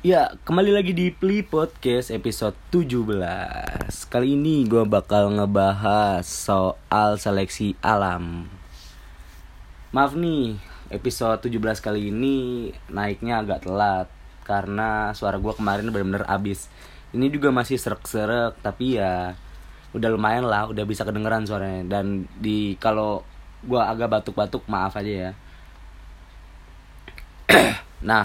Ya, kembali lagi di Pli Podcast episode 17. Kali ini gue bakal ngebahas soal seleksi alam. Maaf nih, episode 17 kali ini naiknya agak telat karena suara gue kemarin benar-benar abis. Ini juga masih serak-serak, tapi ya udah lumayan lah, udah bisa kedengeran suaranya. Dan kalau gue agak batuk-batuk, maaf aja ya. Nah,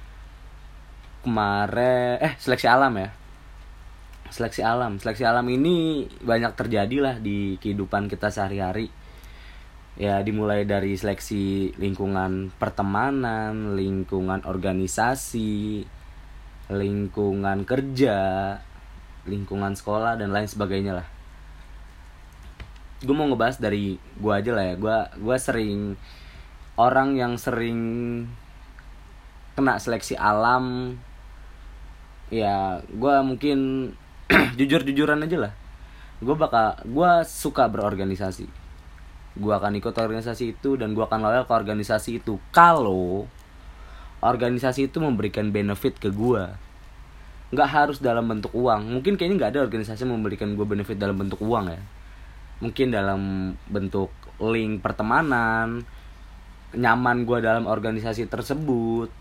kemarin seleksi alam ya. Seleksi alam ini banyak terjadi lah di kehidupan kita sehari-hari. Ya, dimulai dari seleksi lingkungan pertemanan, lingkungan organisasi, lingkungan kerja, lingkungan sekolah dan lain sebagainya lah. Gue mau ngebahas dari gue aja lah ya. Gue sering, orang yang sering kena seleksi alam. Ya, gue mungkin jujur-jujuran aja lah. Gue suka berorganisasi. Gue akan ikut organisasi itu dan gue akan loyal ke organisasi itu kalau organisasi itu memberikan benefit ke gue. Nggak harus dalam bentuk uang. Mungkin kayaknya nggak ada organisasi yang memberikan gue benefit dalam bentuk uang ya. Mungkin dalam bentuk link pertemanan, nyaman gue dalam organisasi tersebut,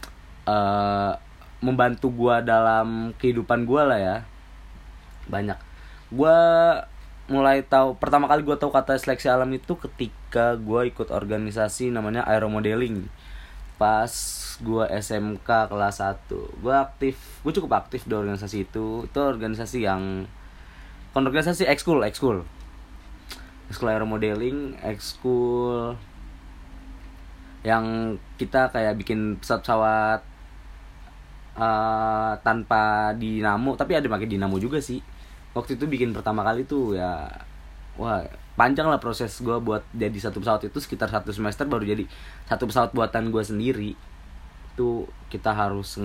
membantu gue dalam kehidupan gue lah ya. Banyak. Gue mulai tahu, pertama kali gue tahu kata seleksi alam itu ketika gue ikut organisasi namanya aeromodeling. Pas gue SMK kelas 1. Gue cukup aktif di organisasi itu. Itu organisasi yang organisasi ekskul aeromodeling, ekskul yang kita kayak bikin pesawat tanpa dinamo, tapi ada pakai dinamo juga sih. Waktu itu bikin pertama kali tuh ya, wah panjang lah proses gue buat jadi satu pesawat itu, sekitar 1 semester baru jadi satu pesawat buatan gue sendiri. Itu kita harus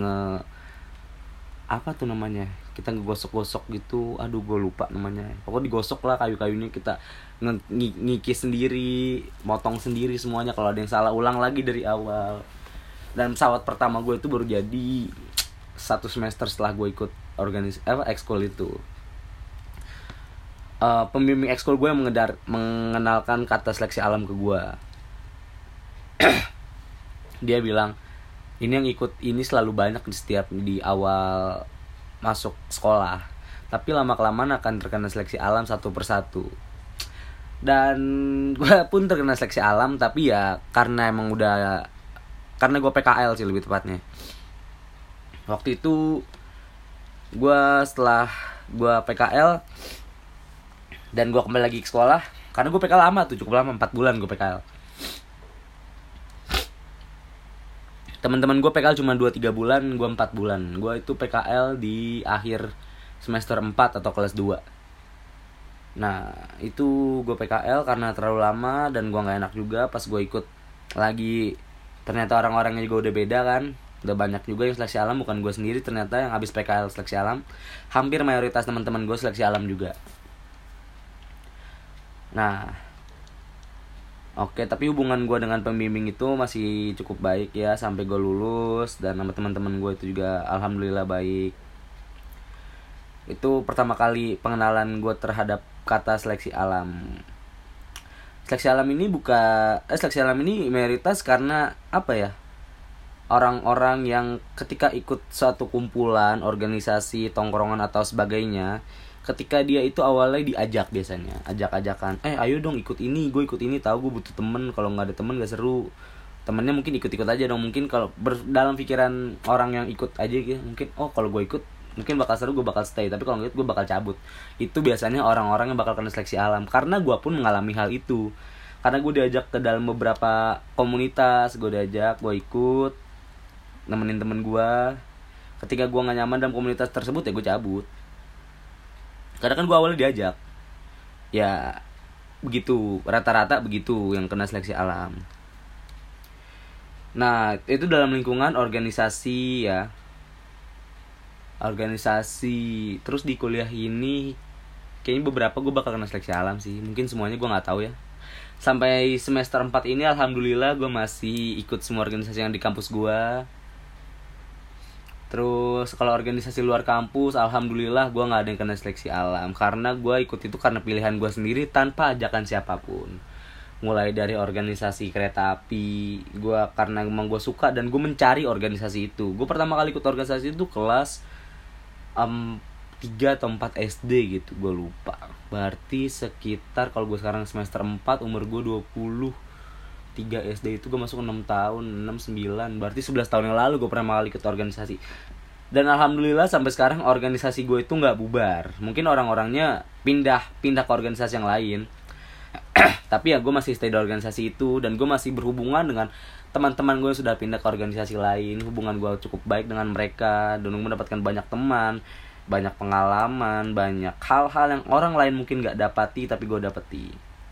kita ngegosok-gosok gitu, aduh gue lupa namanya. Pokoknya digosok lah kayu-kayunya, kita ngikis sendiri, motong sendiri semuanya. Kalau ada yang salah ulang lagi dari awal. Dan pesawat pertama gue itu baru jadi 1 semester setelah gue ikut ekskul itu. Pembimbing ekskul gue yang mengenalkan kata seleksi alam ke gue. Dia bilang, ini yang ikut ini selalu banyak di awal masuk sekolah, tapi lama-kelamaan akan terkena seleksi alam satu persatu. Dan gue pun terkena seleksi alam, tapi ya karena gue PKL sih lebih tepatnya. Waktu itu setelah gue PKL dan gue kembali lagi ke sekolah, karena gue PKL lama tuh, cukup lama, 4 bulan gue PKL. Teman-teman gue PKL cuma 2-3 bulan, gue 4 bulan. Gue itu PKL di akhir semester 4 atau kelas 2. Nah, itu gue PKL karena terlalu lama dan gue gak enak juga. Pas gue ikut lagi, ternyata orang-orangnya juga udah beda kan. Udah banyak juga yang seleksi alam, bukan gue sendiri ternyata yang habis PKL seleksi alam. Hampir mayoritas teman-teman gue seleksi alam juga. Nah, oke, tapi hubungan gue dengan pembimbing itu masih cukup baik ya sampai gue lulus, dan sama teman-teman gue itu juga alhamdulillah baik. Itu pertama kali pengenalan gue terhadap kata seleksi alam. Seleksi alam ini mayoritas karena apa ya? Orang-orang yang ketika ikut suatu kumpulan, organisasi, tongkrongan atau sebagainya, ketika dia itu awalnya diajak, biasanya ajak-ajakan, ayo dong ikut ini, gue ikut ini, tahu gue butuh temen, kalau nggak ada temen gak seru. Temennya mungkin ikut-ikut aja dong, mungkin kalau dalam pikiran orang yang ikut aja gitu, mungkin kalau gue ikut mungkin bakal seru, gue bakal stay, tapi kalau nggak ikut gue bakal cabut. Itu biasanya orang-orang yang bakal kena seleksi alam. Karena gue pun mengalami hal itu, karena gue diajak ke dalam beberapa komunitas, gue ikut nemenin temen gue. Ketika gue nggak nyaman dalam komunitas tersebut ya gue cabut. Karena kan gue awalnya diajak. Ya begitu, rata-rata begitu yang kena seleksi alam. Nah, itu dalam lingkungan organisasi ya. Organisasi. Terus di kuliah ini kayaknya beberapa gue bakal kena seleksi alam sih. Mungkin semuanya gue gak tahu ya. Sampai semester 4 ini alhamdulillah gue masih ikut semua organisasi yang di kampus gue. Terus kalau organisasi luar kampus, alhamdulillah gue nggak ada yang kena seleksi alam, karena gue ikut itu karena pilihan gue sendiri tanpa ajakan siapapun. Mulai dari organisasi kereta api, gue karena emang gue suka dan gue mencari organisasi itu. Gue pertama kali ikut organisasi itu kelas 3 atau 4 SD gitu, gue lupa. Berarti sekitar kalau gue sekarang semester 4, umur gue 23 SD, itu gue masuk 6 tahun, 6 9, berarti 11 tahun yang lalu gue pernah kali ikut organisasi. Dan alhamdulillah sampai sekarang organisasi gue itu nggak bubar. Mungkin orang-orangnya pindah ke organisasi yang lain. Tapi ya gue masih stay di organisasi itu, dan gue masih berhubungan dengan teman-teman gue yang sudah pindah ke organisasi lain. Hubungan gue cukup baik dengan mereka, dan mendapatkan banyak teman, banyak pengalaman, banyak hal-hal yang orang lain mungkin gak dapati tapi gue dapeti.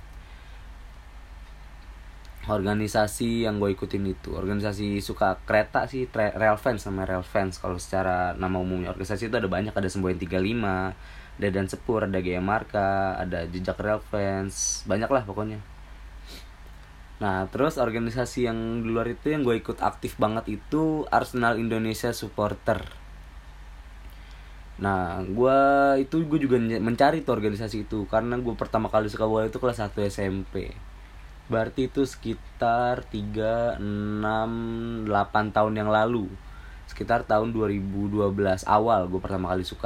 Organisasi yang gue ikutin itu organisasi suka kereta sih, Railfans sama Railfans kalau secara nama umumnya. Organisasi itu ada banyak, ada Semboyan 35, ada Dan Sepur, ada GM Marka, ada Jejak Railfans, banyak lah pokoknya. Nah terus organisasi yang di luar itu yang gue ikut aktif banget itu Arsenal Indonesia Supporter. Nah gue juga mencari tuh organisasi itu karena gue pertama kali suka bola itu kelas 1 SMP. Berarti itu sekitar 3, 6, 8 tahun yang lalu. Sekitar tahun 2012 awal gue pertama kali suka.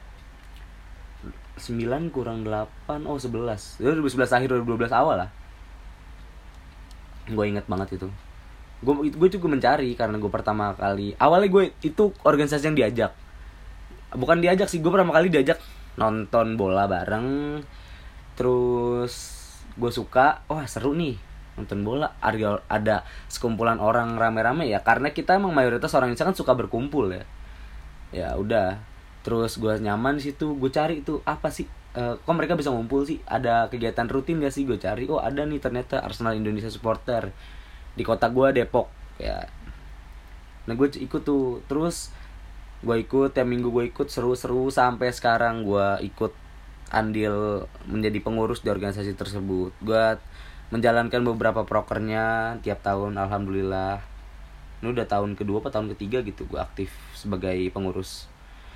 9 kurang 8, 11. 2011 akhir, 2012 awal lah. Gue inget banget itu. Gue juga mencari karena gue pertama kali. Awalnya gue itu organisasi yang diajak. Bukan diajak sih, gue pertama kali diajak nonton bola bareng. Terus gue suka, wah seru nih nonton bola, ada sekumpulan orang rame-rame ya, karena kita emang mayoritas orang Indonesia kan suka berkumpul ya. Ya udah, terus gue nyaman di situ, gue cari itu apa sih, kok mereka bisa ngumpul sih, ada kegiatan rutin gak sih, gue cari, oh ada nih ternyata Arsenal Indonesia Supporter di kota gue, Depok ya. Nah gue ikut tuh, terus gue ikut, tiap minggu gue ikut, seru-seru sampai sekarang gue ikut andil menjadi pengurus di organisasi tersebut. Gue menjalankan beberapa prokernya tiap tahun, alhamdulillah. Ini udah tahun kedua apa tahun ketiga gitu gue aktif sebagai pengurus.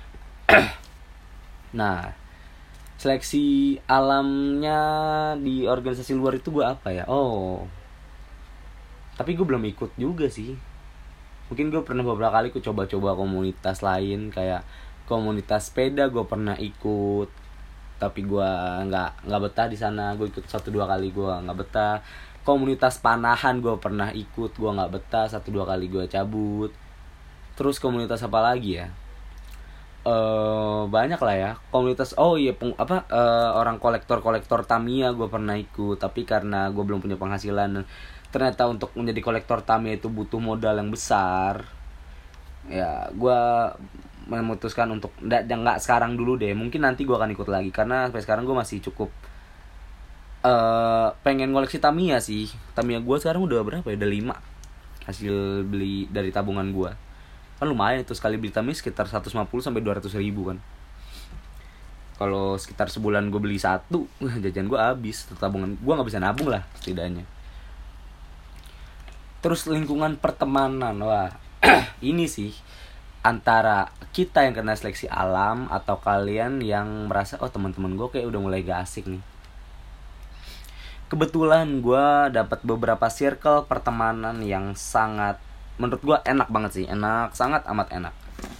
Nah seleksi alamnya di organisasi luar itu gue apa ya, tapi gue belum ikut juga sih. Mungkin gue pernah beberapa kali gue coba-coba komunitas lain, kayak komunitas sepeda gue pernah ikut, tapi gue nggak betah di sana. Gue ikut 1-2 kali, gue nggak betah. Komunitas panahan gue pernah ikut, gue nggak betah, 1-2 kali gue cabut. Terus komunitas apa lagi ya, banyak lah ya komunitas. Orang kolektor Tamiya gue pernah ikut, tapi karena gue belum punya penghasilan, ternyata untuk menjadi kolektor Tamiya itu butuh modal yang besar. Ya gue memutuskan untuk nggak sekarang dulu deh, mungkin nanti gue akan ikut lagi, karena sampai sekarang gue masih cukup pengen ngoleksi Tamiya sih. Tamiya gue sekarang udah berapa ya, udah 5 hasil beli dari tabungan gue. Kan lumayan itu, sekali beli Tamiya sekitar 150-200 ribu kan. Kalau sekitar sebulan gue beli 1, jajan gue habis. Tabungan gue nggak bisa nabung lah setidaknya. Terus lingkungan pertemanan, wah ini sih antara kita yang kena seleksi alam atau kalian yang merasa teman-teman gue kayak udah mulai gak asik nih. Kebetulan gue dapat beberapa circle pertemanan yang sangat, menurut gue enak banget sih, sangat amat enak.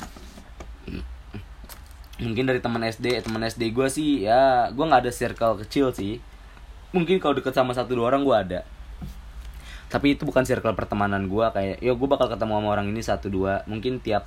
Mungkin dari teman SD gue sih ya, gue nggak ada circle kecil sih. Mungkin kalau deket sama 1-2 orang gue ada, tapi itu bukan circle pertemanan gue. Kayak gue bakal ketemu sama orang ini 1-2, mungkin tiap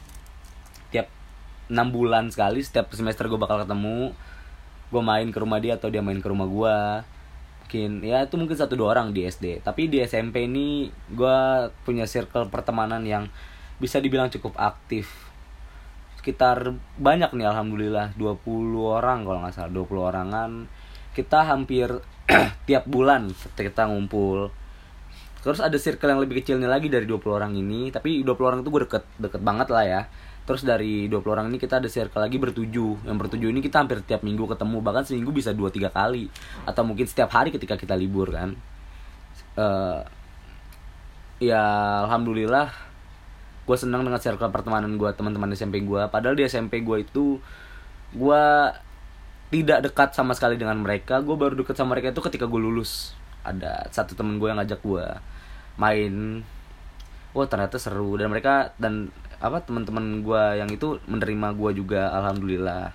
6 bulan sekali, setiap semester gue bakal ketemu. Gue main ke rumah dia atau dia main ke rumah gue. Mungkin ya itu mungkin 1-2 orang di SD. Tapi di SMP ini gue punya circle pertemanan yang bisa dibilang cukup aktif. Sekitar banyak nih, alhamdulillah 20 orang kalau gak salah, 20 orangan. Kita hampir tiap bulan kita ngumpul. Terus ada circle yang lebih kecilnya lagi dari 20 orang ini, tapi 20 orang itu gue deket banget lah ya. Terus dari 20 orang ini kita ada circle lagi bertujuh. Yang bertujuh ini kita hampir tiap minggu ketemu, bahkan seminggu bisa 2-3 kali, atau mungkin setiap hari ketika kita libur kan. Ya alhamdulillah Gue senang dengan circle pertemanan gue, teman-teman SMP gue. Padahal di SMP gue itu gue tidak dekat sama sekali dengan mereka. Gue baru dekat sama mereka itu ketika gue lulus. Ada satu temen gue yang ngajak gue main. Wah, ternyata seru. Dan mereka dan teman-teman gue yang itu menerima gue juga, alhamdulillah.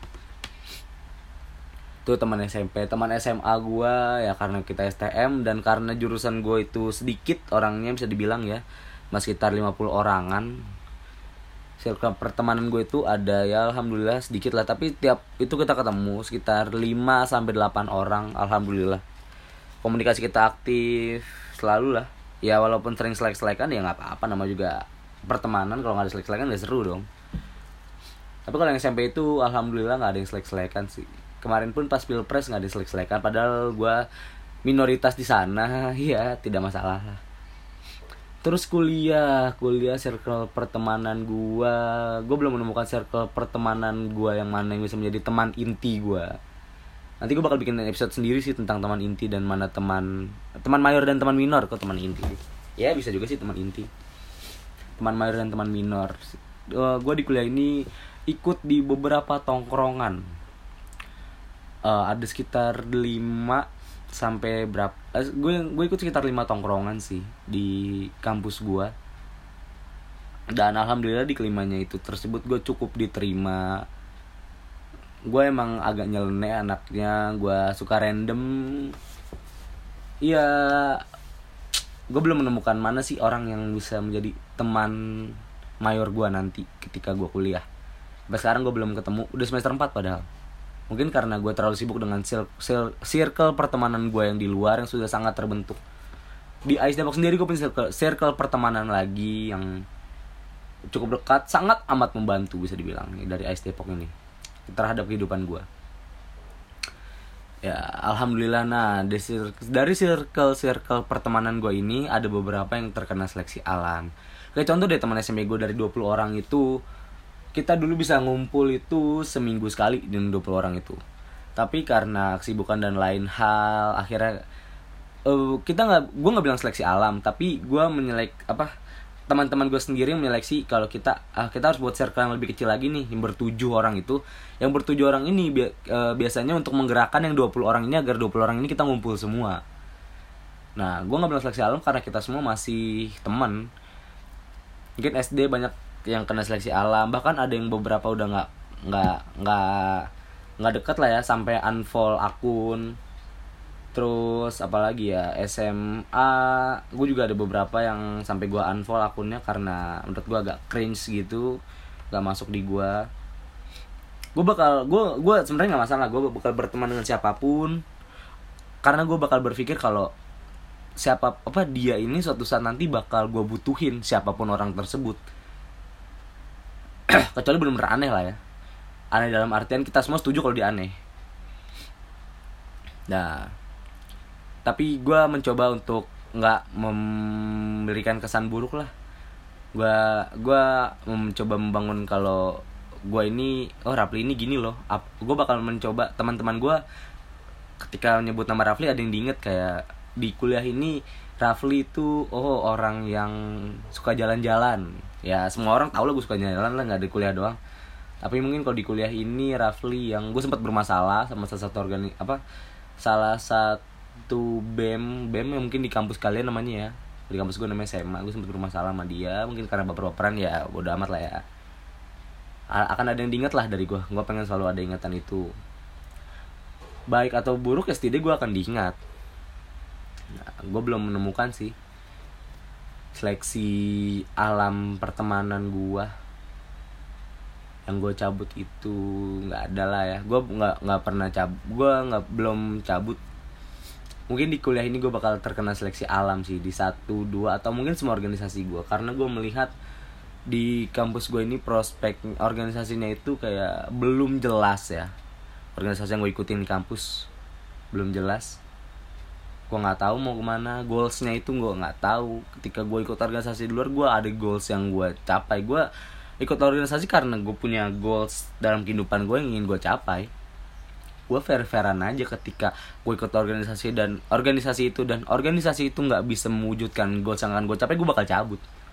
Itu teman SMP. Teman SMA gue ya karena kita STM dan karena jurusan gue itu sedikit orangnya, bisa dibilang ya, masih sekitar 50 orangan. Circle pertemanan gue itu ada ya alhamdulillah sedikit lah, tapi tiap itu kita ketemu sekitar 5-8 orang, alhamdulillah. Komunikasi kita aktif selalu lah. Ya walaupun sering selek-selekan ya nggak apa-apa, nama juga pertemanan. Kalau nggak ada selek-selekan nggak seru dong. Tapi kalau yang SMP itu alhamdulillah nggak ada yang selek-selekan sih. Kemarin pun pas pilpres nggak ada selek-selekan, padahal gue minoritas di sana. Ya tidak masalah lah. Terus kuliah circle pertemanan gue belum menemukan circle pertemanan gue yang mana yang bisa menjadi teman inti gue. Nanti gue bakal bikin episode sendiri sih tentang teman inti dan mana teman mayor dan teman minor. Kok teman inti ya bisa juga sih teman inti, teman mayor dan teman minor. Gue di kuliah ini ikut di beberapa tongkrongan. Ada sekitar 5 sampai berapa, gue ikut sekitar 5 tongkrongan sih di kampus gue. Dan alhamdulillah di kelimanya itu tersebut gue cukup diterima. Gue emang agak nyeleneh anaknya, gue suka random. Iya, gue belum menemukan mana sih orang yang bisa menjadi teman mayor gue nanti ketika gue kuliah. Sampai sekarang gue belum ketemu, udah semester 4 padahal. Mungkin karena gue terlalu sibuk dengan circle pertemanan gue yang di luar yang sudah sangat terbentuk. Di AIS Depok sendiri gue punya circle pertemanan lagi yang cukup dekat, sangat amat membantu bisa dibilang nih, dari AIS Depok ini terhadap kehidupan gue. Ya alhamdulillah. Nah dari circle pertemanan gue ini ada beberapa yang terkena seleksi alam. Kayak contoh deh, teman SMP gue dari 20 orang itu, kita dulu bisa ngumpul itu seminggu sekali dengan 20 orang itu. Tapi karena kesibukan dan lain hal, akhirnya gue nggak bilang seleksi alam, tapi gue teman-teman gue sendiri menyeleksi kalau kita harus buat circle yang lebih kecil lagi nih, yang ber-7 orang itu. Yang ber-7 orang ini biasanya untuk menggerakkan yang 20 orang ini agar 20 orang ini kita ngumpul semua. Nah, gue nggak bilang seleksi alam karena kita semua masih teman. Mungkin SD banyak yang kena seleksi alam, bahkan ada yang beberapa udah nggak dekat lah ya, sampai unfollow akun. Terus apalagi ya, SMA gue juga ada beberapa yang sampai gue unfollow akunnya karena menurut gue agak cringe gitu, gak masuk di gue. Gue sebenarnya nggak masalah, gue bakal berteman dengan siapapun karena gue bakal berpikir kalau dia ini suatu saat nanti bakal gue butuhin, siapapun orang tersebut. Kecuali benar-benar aneh lah ya. Aneh dalam artian kita semua setuju kalau dia aneh. Nah, tapi gue mencoba untuk nggak memberikan kesan buruk lah. Gue mencoba membangun kalau gue ini, Rafli ini gini loh. Gue bakal mencoba teman-teman gue ketika menyebut nama Rafli ada yang diinget, kayak di kuliah ini Rafli itu orang yang suka jalan-jalan. Ya semua orang tahu lah gue suka jalan-jalan lah, nggak di kuliah doang. Tapi mungkin kalau di kuliah ini Rafli yang gue sempat bermasalah sama salah satu BEM yang mungkin di kampus kalian namanya ya, di kampus gue namanya SMA. Gue sempat bermasalah sama dia, mungkin karena baper-baperan ya, bodo amat lah ya. Akan ada yang diingat lah dari gue pengen selalu ada ingatan itu, baik atau buruk ya setidaknya gue akan diingat. Nah, gue belum menemukan sih seleksi alam pertemanan gue yang gue cabut itu, nggak ada lah ya. Gue nggak pernah cabut, belum cabut. Mungkin di kuliah ini gue bakal terkena seleksi alam sih di 1, 2 atau mungkin semua organisasi gue, karena gue melihat di kampus gue ini prospek organisasinya itu kayak belum jelas ya. Organisasi yang gue ikutin di kampus belum jelas. Gue nggak tahu mau kemana, goalsnya itu gue nggak tahu. Ketika gue ikut organisasi di luar, gue ada goals yang gue capai. Gue ikut organisasi karena gue punya goals dalam kehidupan gue yang ingin gue capai. Gue fair-fairan aja ketika gue ikut organisasi itu nggak bisa mewujudkan goals yang akan gue capai, gue bakal cabut.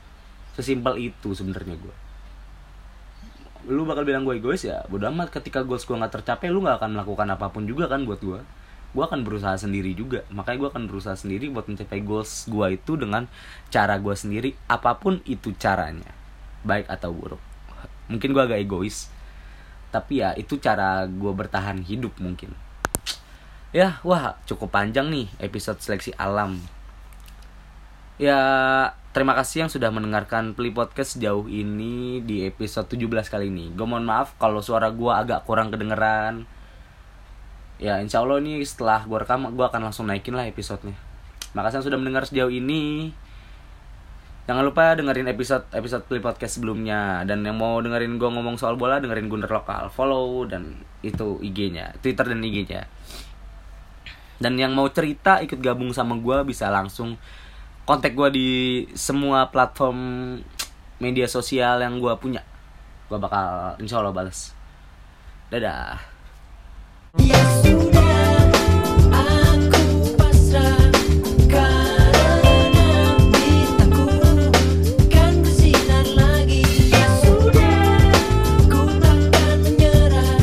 Sesimpel itu sebenarnya gue. Lu bakal bilang gue egois ya, bodo amat. Ketika goals gue nggak tercapai, lu nggak akan melakukan apapun juga kan buat gue. Gue akan berusaha sendiri juga. Makanya gue akan berusaha sendiri buat mencapai goals gue itu dengan cara gue sendiri, apapun itu caranya, baik atau buruk. Mungkin gue agak egois, tapi ya itu cara gue bertahan hidup mungkin. Ya, wah cukup panjang nih episode seleksi alam. Ya, terima kasih yang sudah mendengarkan Pli Podcast sejauh ini di episode 17 kali ini. Gue mohon maaf kalau suara gue agak kurang kedengeran. Ya, insya Allah nih setelah gue rekam, gue akan langsung naikin lah episodenya. Makasih yang sudah mendengar sejauh ini. Jangan lupa dengerin episode Pli Podcast sebelumnya. Dan yang mau dengerin gue ngomong soal bola, dengerin Gunder Lokal. Follow dan itu IG-nya, Twitter dan IG-nya. Dan yang mau cerita ikut gabung sama gue bisa langsung kontak gue di semua platform media sosial yang gue punya. Gue bakal insya Allah balas. Dadah. Ya sudah, aku pasrah karena bintangku kan bersinar lagi. Ya sudah, ku takkan menyerah.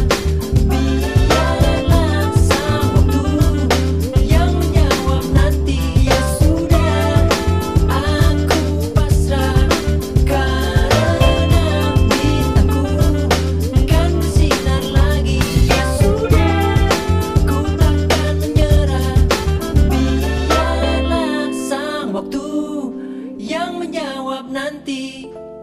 Biarlah sang waktu yang menjawab nanti. Ya sudah, aku pasrah karena bintangku kan bersinar lagi. Ya sudah, ku takkan menyerah. Biarlah sang waktu yang menjawab nanti.